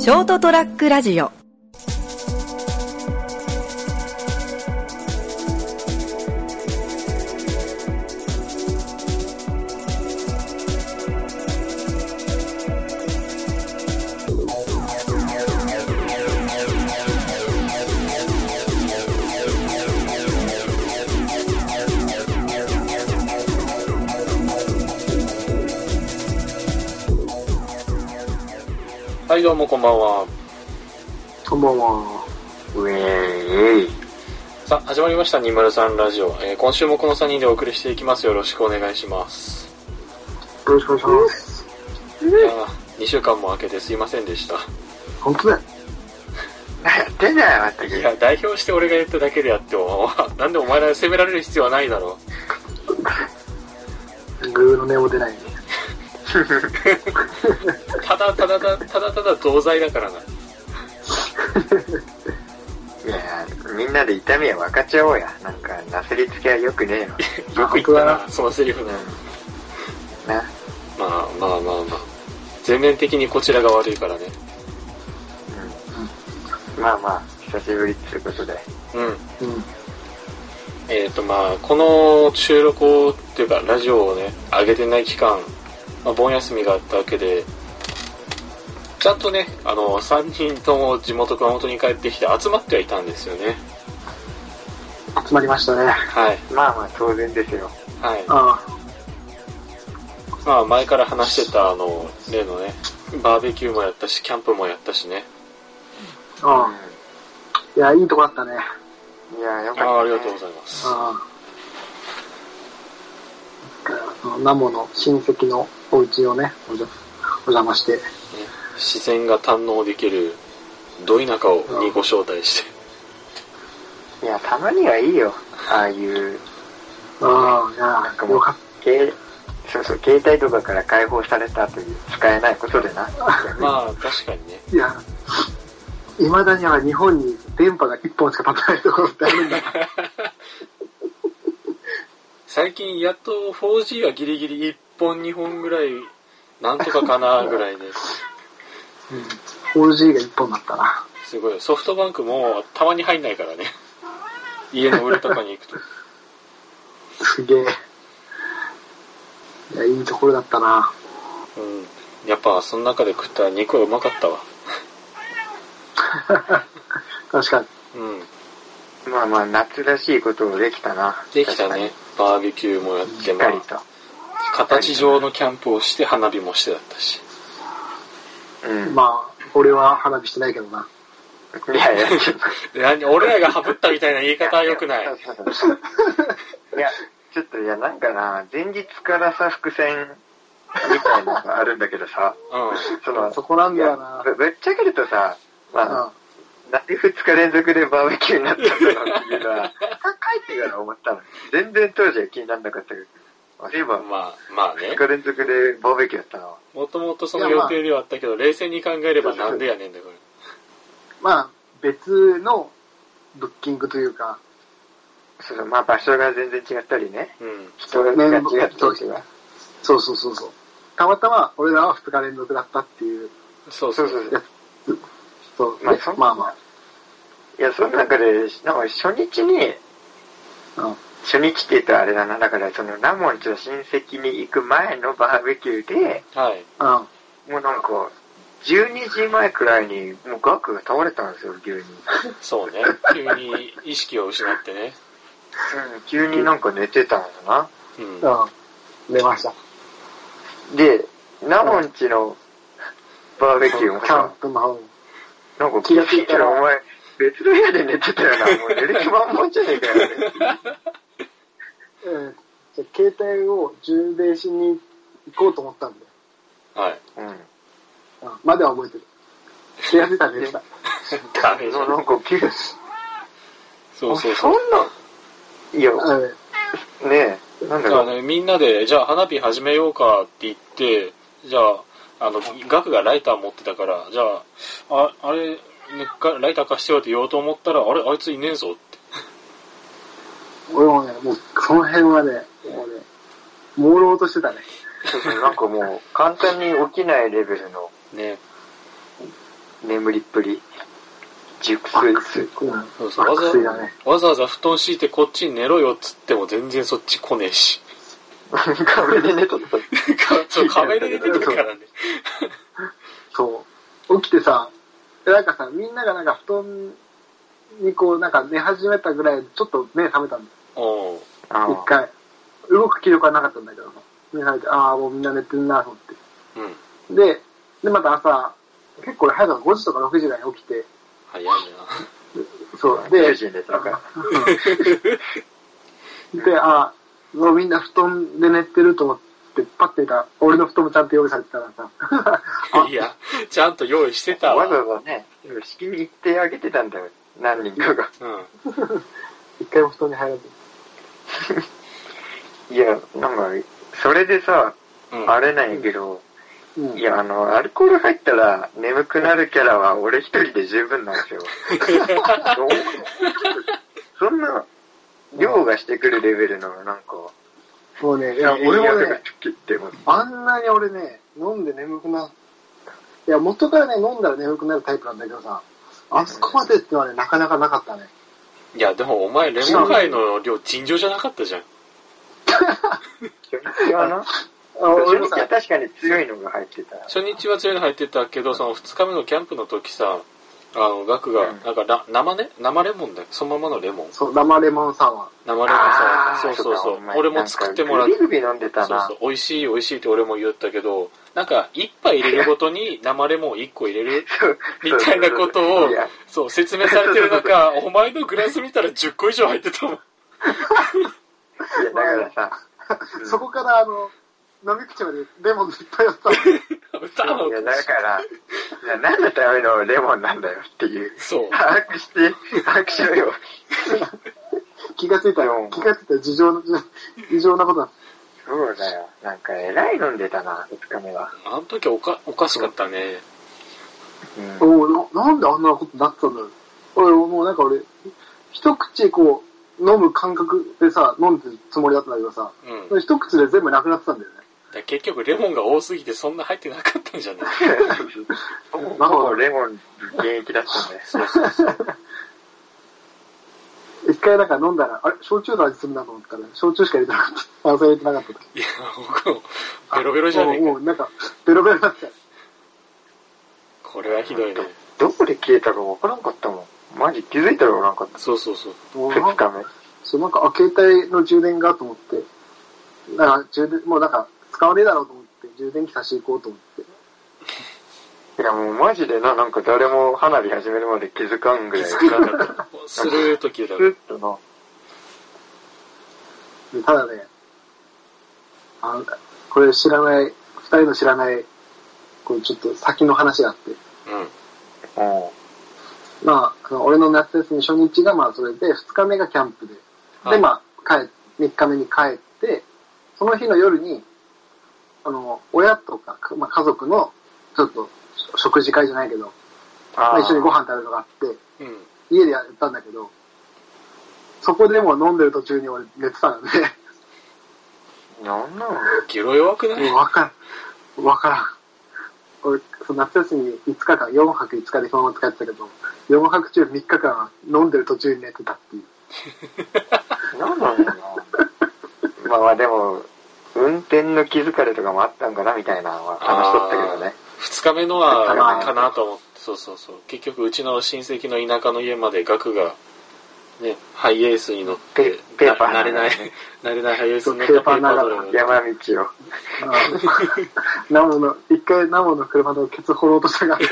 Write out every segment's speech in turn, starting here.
ショートトラックラジオ。 はい、どうもこんばんは。 こんばんは。 ウェーイ。さあ、始まりました203ラジオ。今週もこの3人でお送りしていきます。よろしくお願いします。 よろしくお願いします。 2週間も明けてすいませんでした。 本当だよ。何やってんだよ、まったく。 いや、代表して俺が言っただけであっても、なんでお前ら責められる必要はないだろう。グーの音も出ないね。 ただ同罪だからな。いやみんなで痛みは分かっちゃおうや。なんかなすりつけはよくねえよ。よく言ったな、そのセリフな。 な。 まあ。全面的にこちらが悪いからね。 まあ、久しぶりっていうことで。 まあ、この収録を、っていうか、ラジオをね、上げてない期間、盆休みがあったわけで、ちゃんとね、3人とも地元熊本に帰ってきて集まってはいたんですよね。 集まりましたね。 はい。 まあ、当然ですよ。 はい。まあ、前から話してた、例のね、バーベキューもやったし、キャンプもやったしね。 いや、いいとこだったね。 いや、よかった、ね。 ありがとうございます。 ナモの親戚のお家をね、お邪魔して、 自然が堪能できるど田舎にご招待して。 いや、たまにはいいよ。ああいう。 いや、 なんかもう、携帯とかから解放されたという使えないことでな。 まあ、確かにね。 いや、未だには日本に電波が1本しか立たないところってあるんだから。 最近やっと 4G はギリギリ1本2本ぐらいなんとかかなぐらいで、 4G が1本だったな。 すごい。ソフトバンクもたまに入んないからね。家の裏とかに行くと。 すげえ。いや、いいところだったな。 やっぱその中で食った肉はうまかったわ。 確かに。 まあ、夏らしいことをできたな。 できたね。バーベキューもやって、まあ、形状のキャンプをして花火もしてだったし。 まあ、俺は花火してないけどな。 いや、 俺らがハブったみたいな言い方は良くない。 いや、ちょっと、なんかな、前日からさ、伏線みたいなのがあるんだけどさ、 そこなんだよな。 ぶっちゃけるとさ、なんで2日連続でバーベキューになったのっていうのは、帰ってから思ったの。全然当時は気にならなかったけど。そういえば、 まあね。 2日連続でバーベキューやったな。 もともとその予定ではあったけど、冷静に考えればなんでやねんだこれ。 まあ、別のブッキングというか。 まあ場所が全然違ったりね。人が違ったりとか。 そう。たまたま俺らは2日連続だったっていう。 そう。 まあ。 いや、その中で、なんか初日に、初日って言ったらあれだな、だからナモンチの親戚に行く前のバーベキューで、もうなんか、12時前くらいに、もうガクが倒れたんですよ、急に。 そうね、急に意識を失ってね。 急になんか寝てたんだな。 寝ました。 で、ナモンチのバーベキューもさ、なんか気がついたらお前、別の部屋で寝てたよな。もう寝る気満々じゃねえかよ。 じゃあ携帯を充電しに行こうと思ったんだよ。までは覚えてる。気がついたら寝てた。 ダメじゃん。 なんかそう。 そんな、いや、ねえ、なんだろう。 ね、みんなで、じゃあ花火始めようかって言って、じゃあ、ガクがライター持ってたから、じゃあ、あれ、ライター貸してよって言おうと思ったら、あいついねえぞって。 俺もね、もう、その辺はね、朦朧としてたね。 なんかもう、簡単に起きないレベルの。 ね。 眠りっぷり。熟睡する。 そうそう、わざわざ布団敷いてこっちに寝ろよっつっても全然そっち来ねえし。 壁で寝とった。 そう、壁で寝てたからね。 そう。起きてさ、なんかさ、みんながなんか布団にこう、なんか寝始めたぐらいでちょっと目覚めたんだよ。一回。動く気力はなかったんだけどさ。目覚めて、ああ、もうみんな寝てんなと思って。うん。で、また朝、結構早く5時とか6時ぐらいに起きて。 早いな。 そう。で、もうみんな布団で寝てると思って、パッて見たら、俺の布団もちゃんと用意されてたからさ。いや、ちゃんと用意してたわ。 わざわざね、敷きに行ってあげてたんだよ。何人かが。 一回も布団に入らず。 いや、なんか、それでさ、あれなんやけど、いや、アルコール入ったら眠くなるキャラは俺一人で十分なんですよ。そんな、量がしてくるレベルの、なんか。 もうね、いや、俺もね、あんなに俺ね、飲んで眠くな、いや、元からね、飲んだら眠くなるタイプなんだけどさ、あそこまでってのはね、なかなかなかったね。 いや、でもお前、レモンハイの量尋常じゃなかったじゃん。 いやな。初日は確かに強いのが入ってた。 初日は強いの入ってたけど、その2日目のキャンプの時さ、ガクが、なんか生レモンだよ。そのままのレモン。 そう、生レモンサワー。 生レモンサワー。そうそうそう。俺も作ってもらって。 グビグビ飲んでたな。 そうそう。美味しい美味しいって俺も言ったけど、なんか一杯入れるごとに生レモン1個入れるみたいなことを、そう説明されてる中、お前のグラス見たら10個以上入ってたもん。いや、 だからさ、 そこから飲み口までレモンいっぱいやったもん。 いや、だから、何のためのレモンなんだよっていう。 そう。 把握しろよ。 気がついたよ。異常なことだ。 そうだよ。なんか、えらい飲んでたな、2日目は。 あの時おかしかったね。 なんであんなことになってたんだろう。もうなんか一口こう、飲む感覚でさ、飲んでるつもりだったんだけどさ、一口で全部なくなってたんだよね。 結局レモンが多すぎてそんな入ってなかったんじゃない？ なんかレモン現役だったんだよ。そうそうそう。 一回なんか飲んだら、あれ焼酎の味するなと思ったら、焼酎しか入れてなかった。それ入れてなかった。 いや、僕もベロベロじゃねえか。 もうなんか、ベロベロになっちゃう。 これはひどいね。 どこで消えたか分からんかったもん。マジ気づいたらおらんかった。 そうそうそう。 2日目。 そう、なんか、携帯の充電がと思って、なんかもうなんか、使わねえだろうと思って、充電器差し行こうと思って。 いやもうマジでなんか誰も花火始めるまで気づかんぐらい。 気づかなかった。スルーと消えた。 スルッとな。 ただね、これ知らない、二人の知らない、これちょっと先の話があって。まあ、俺の夏休み初日がまあそれで、二日目がキャンプで。で、まあ、3日目に帰って、その日の夜に、親とか、まあ、家族の、ちょっと、食事会じゃないけど、まあ、一緒にご飯食べるのがあって、家でやったんだけど、そこでも飲んでる途中に俺寝てたので、 なんなの？ ゲロ弱くない？ わからん。俺、夏休み5日間、4泊5日でそのまま使ってたけど、4泊中3日間は飲んでる途中に寝てたっていう。 なんなんだろうな。まあでも、運転の気づかれとかもあったんかなみたいなのは話しとったけどね。 2日目のはかなと思って、そうそうそう。結局うちの親戚の田舎の家までガクが、ね、ハイエースに乗って、 ペーパー慣れないハイエースに乗ってペーパードル山道を。一回ナモの車のケツ掘ろうとしたがって。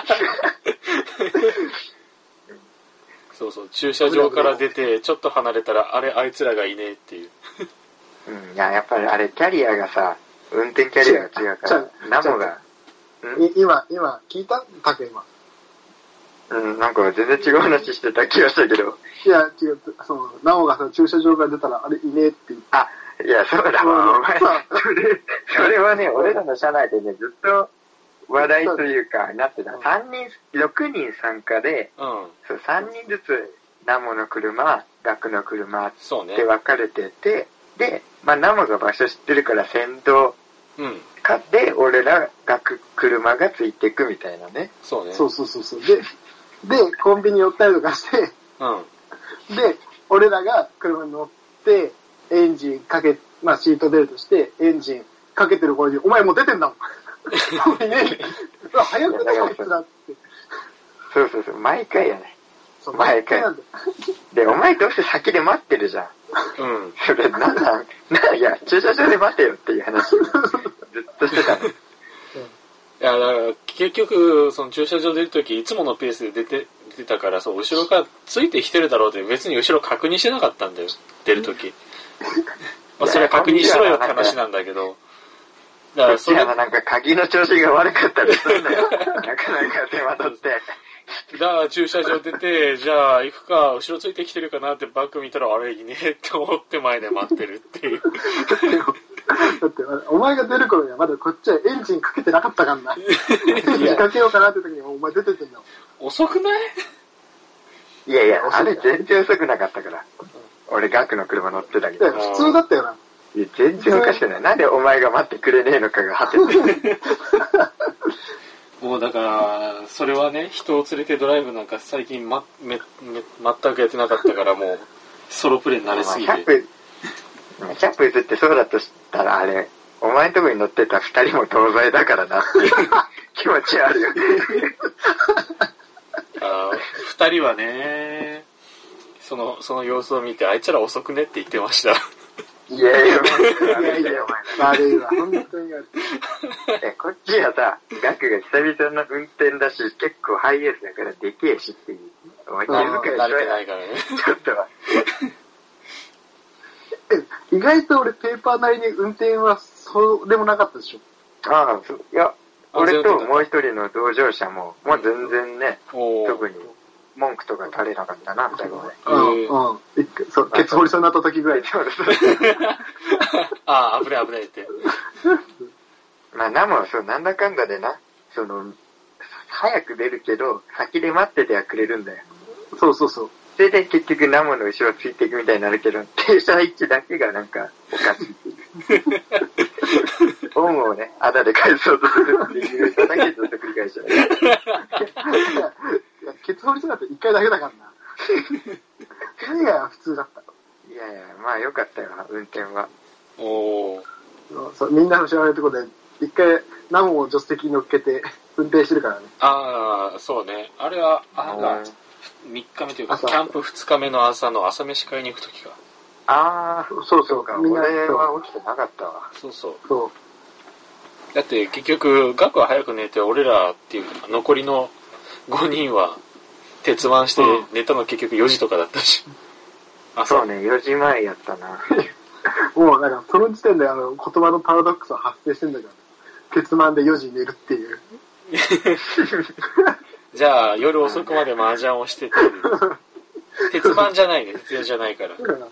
そうそう、駐車場から出て、ちょっと離れたら、あいつらがいねえっていう。 いや、やっぱりあれ、キャリアがさ、運転キャリアが違うから、ナモが。 今、聞いたタク今。 なんか全然違う話してた気がしたけど。 いや、違う、ナモがさ、駐車場から出たら、あれ、いねえって言って。 あ、いや、そうだわ、お前。それはね、俺らの車内でね、ずっと話題というか、なってた。6人参加で、そう3人ずつ、ナモの車、ガクの車って分かれてて、で、まあ、ナモが場所知ってるから先導で、俺らが車がついていくみたいなね。 そうね。 そう。で、コンビニ寄ったりとかして、で、俺らが車に乗って、エンジンかけ、まあシートベルトして、エンジンかけてる頃に、お前もう出てんだもん。早くないこいつだって。 そう、毎回やね。毎回。で、お前どうして先で待ってるじゃん。それ、いや、駐車場で待てよっていう話。ずっとしてたの。 いや、だから、結局、その駐車場出るとき、いつものペースで出てたから、そう、後ろからついてきてるだろうって、別に後ろ確認してなかったんだよ、出るとき。まあ、それは確認しろよって話なんだけど。 だから、それはなんか鍵の調子が悪かったりするんだよ。なかなか手間取って。 だから駐車場出て、じゃあ行くか、後ろついてきてるかなってバック見たら、あれいねえって思って前で待ってるっていう。 だって、お前が出る頃にはまだこっちはエンジンかけてなかったからな。エンジンかけようかなって時にお前出ててんだもん。 遅くない？ いや、あれ全然遅くなかったから。俺ガクの車乗ってたけど。 普通だったよな。 いや、全然おかしくない。なんでお前が待ってくれねえのかが果てて。 もうだから、それはね、人を連れてドライブなんか最近全くやってなかったから、もう、ソロプレイに慣れすぎて。 100歩譲ってそうだとしたら、あれ、お前のとこに乗ってた2人も同罪だからなっていう気持ちあるよね。 2人はね、その様子を見て、あいつら遅くねって言ってました。 いや、 悪いわ、本当に悪い。 こっちはさ、ガクが久々の運転だし、結構ハイエースだからでけえしっていう。お前気づく慣れてないからね。 ちょっとは。 意外と俺ペーパーなりに運転はそうでもなかったでしょ。 ああ、そう。いや、俺ともう一人の同乗者も、もう全然ね、特に文句とか垂れなかったな、みたいな。 そう、ケツ掘りそうになった時ぐらいで。 ああ、危ないって。 まあ、なんだかんだでな、早く出るけど、先で待っててはくれるんだよ。 そう。 それで結局ナモの後ろついていくみたいになるけど、停車位置だけがなんかおかしいっていう。恩をね、あだで返そうとするっていうだけずっと繰り返してる。 ケツ掘りそうだって1回だけだからな。それ以外は普通だった。 いや、まあよかったよ、運転は。 そうみんなの知らないところで、一回ナモを助手席に乗っけて運転してるからね。 ああ、そうね。あれは、3日目というか、キャンプ2日目の朝の朝飯買いに行くときか。 ああ、そうか。俺は起きてなかったわ。 そう。だって結局、ガクは早く寝て、俺らっていう残りの5人は鉄腕して寝たの結局4時とかだったし。 そうね、4時前やったな。 もうなんかその時点で言葉のパラドックスは発生してんだけど、鉄腕で4時に寝るっていう。 じゃあ夜遅くまで麻雀をしてて、鉄腕じゃないね、徹夜じゃないから。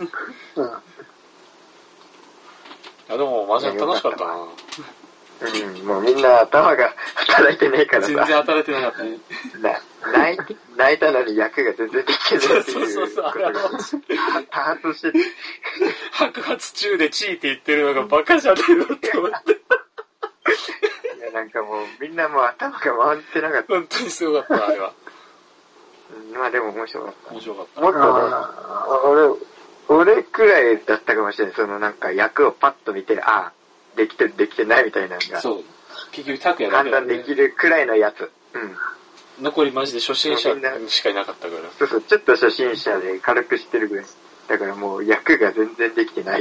でも麻雀楽しかったな。 もうみんな頭が働いてねえからさ。 全然働いてなかったね。 泣いたのに役が全然できてないっていう。 そう。 多発してて。 白髪中でチーって言ってるのがバカじゃねえのって思って。 いや、なんかもうみんなもう頭が回ってなかった。 本当にすごかった、あれは。 まあでも面白かった。 もっとね、俺くらいだったかもしれない。なんか役をパッと見て、できてないみたいなのが。 そう。結局、拓也だけ判断できるくらいのやつ。 残りマジで初心者しかいなかったから。 そう、ちょっと初心者で軽く知ってるぐらい。だからもう役が全然できてない。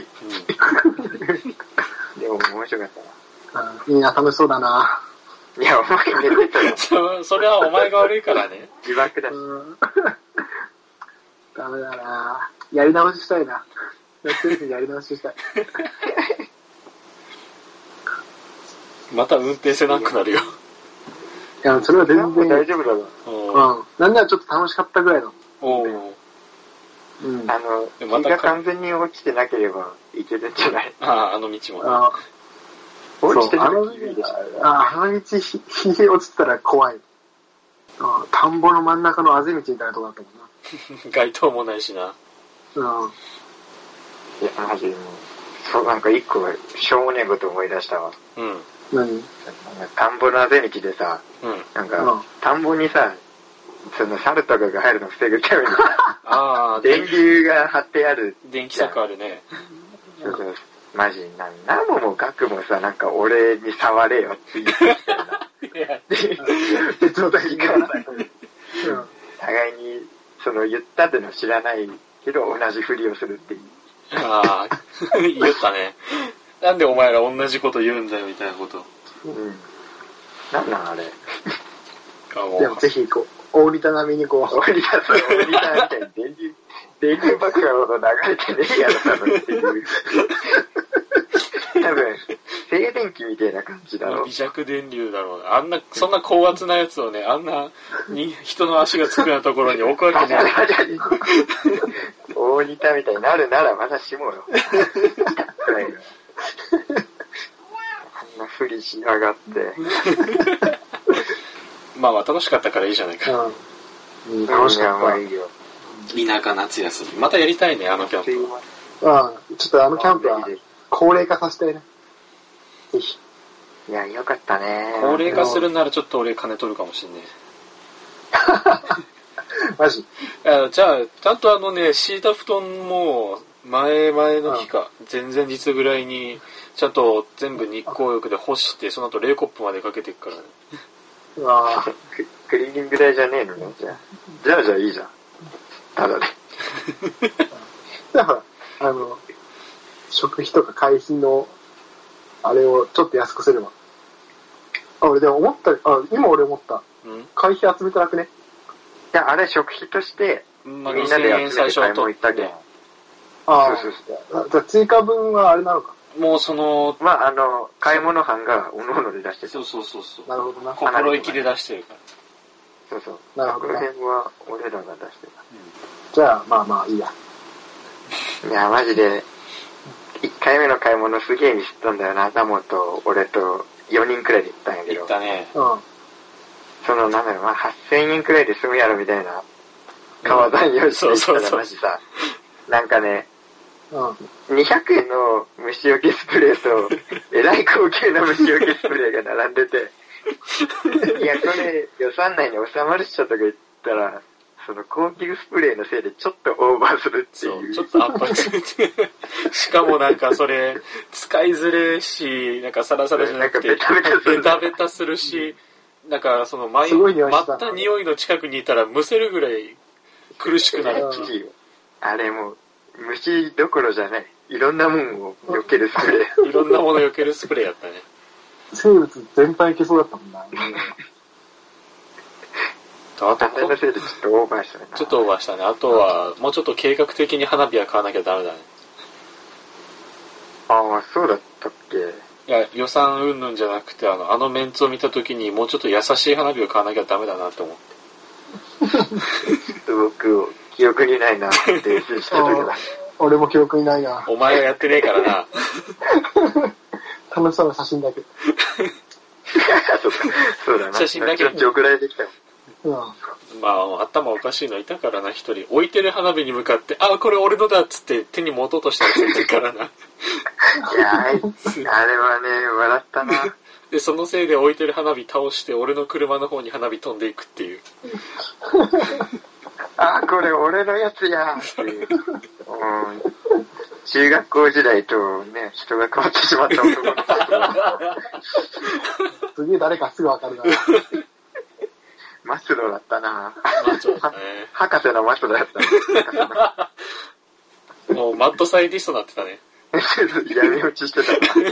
でも面白かったな。 みんな楽しそうだな。 いや、お前寝てたよ。それはお前が悪いからね。 自爆だし。 ダメだな。やり直ししたいな。やってる時にやり直ししたい。 また運転せなくなるよ。 いや、それは全然大丈夫だろ。 なんならちょっと楽しかったぐらいの。 日が完全に落ちてなければいけるんじゃない？ あの道も。 落ちてなあの道、日落ちてたら怖い。田んぼの真ん中のあぜ道みたいなとこだったもんな。 街灯もないしな。 いや、マジでもう、 そう、なんか一個、しょうもねえこと思い出したわ。 うん。 何？ 田んぼのあぜ道でさ、 うん。 なんか、田んぼにさ、その猿とかが入るのを防ぐために、電流が張ってある。 電気柵あるね。 そうそう。マジ、何もガクもさ、なんか俺に触れよって言ってたよな。別の時から互いに、言ったっての知らないけど、同じふりをするっていう。 ああ、言ったね。なんでお前ら同じこと言うんだよ、みたいなこと。 うん。なんなんあれ。 でもぜひ、大仁田並みに大仁田みたいに電流爆破ほど流れてねえやろ、多分っていう。多分、静電気みたいな感じだろう。 微弱電流だろうな。そんな高圧なやつをね、あんなに人の足がつくようなところに置くわけない。 大仁田みたいになるならまだしもよ。あんなふりしやがって。 まあ楽しかったからいいじゃないか。 楽しかった。 田舎夏休み。またやりたいね、あのキャンプ。 ちょっとあのキャンプは高齢化させたいね。ぜひ。 いや、よかったね。 高齢化するならちょっと俺金取るかもしんねえ。マジ？ じゃあ、ちゃんと敷いた布団も、前の日か、前々日ぐらいに、ちゃんと全部日光浴で干して、その後冷コップまでかけていくからね。 うわぁ。 クリーニング代じゃねえのね、じゃあいいじゃん。ただで。 だから、食費とか会費の、あれをちょっと安くすれば。俺でも今俺思った。会費集めたらくね？ いや、あれ食費として、みんなで集めて買い物行ったけん。 そう。じゃあ追加分はあれなのか。 もう買い物班がおのおので出してる。 そう。 なるほどな。 心意気で出してるから。 そう。 なるほど。 この辺は俺らが出してる。 じゃあ、まあいいや。 いや、マジで、1回目の買い物すげえミスったんだよな。ナモと俺と4人くらいで行ったんやけど。 行ったね。 8000円くらいで済むやろみたいな。川山用意して行ったらマジさ。なんかね、200円の虫除けスプレーと、えらい高級な虫除けスプレーが並んでて、いや、これ予算内に収まるっしょとか言ったら、その高級スプレーのせいでちょっとオーバーするっていう。 そう、ちょっと圧迫するっていう。しかもなんかそれ、使いづれし、なんかサラサラじゃなくて、ベタベタするし、なんかその舞った匂いの近くにいたらむせるぐらい苦しくなる。 あれもう、虫どころじゃない。いろんなもんを避けるスプレー。 いろんなものを避けるスプレーやったね。 生物全般いけそうだったもんな。 あとのせいでちょっとオーバーしたね。 ちょっとオーバーしたね。あとは、もうちょっと計画的に花火は買わなきゃダメだね。 ああ、そうだったっけ？ いや、予算云々じゃなくて、あのメンツを見たときにもうちょっと優しい花火を買わなきゃダメだなって思って。 僕、記憶にないなって言ってたけど。 俺も記憶にないな。 お前はやってねえからな。 楽しそうな写真だけ。 そうだな。 写真だけ。 送られてきたよ。 まあ、頭おかしいのいたからな、一人。置いてる花火に向かって、あ、これ俺のだっつって手に持とうとしたらついてるからな。 いや、あれはね、笑ったな。 で、そのせいで置いてる花火倒して、俺の車の方に花火飛んでいくっていう。 あ、これ俺のやつやっていう。中学校時代とね、人が変わってしまった男の子。すげえ誰かすぐわかるな。 松野だったな。 松野だね。博士の松野だった。 もうマッドサイディストになってたね。 闇落ちしてたな。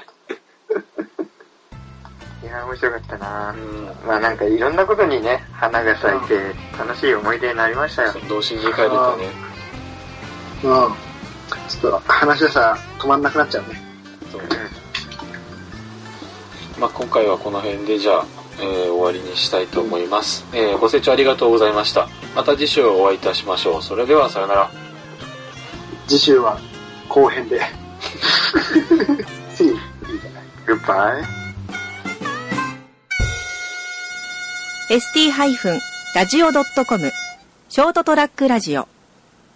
いや、面白かったな。まあなんかいろんなことにね、花が咲いて楽しい思い出になりましたよ。 童心に帰れたね。 ちょっと話がさ、止まんなくなっちゃうね。そうね。 まあ今回はこの辺でじゃあ、終わりにしたいと思います。ご清聴ありがとうございました。また次週お会いいたしましょう。それではさよなら。 次週は後編で。See you. Goodbye. ST-radio.com ショートトラックラジオ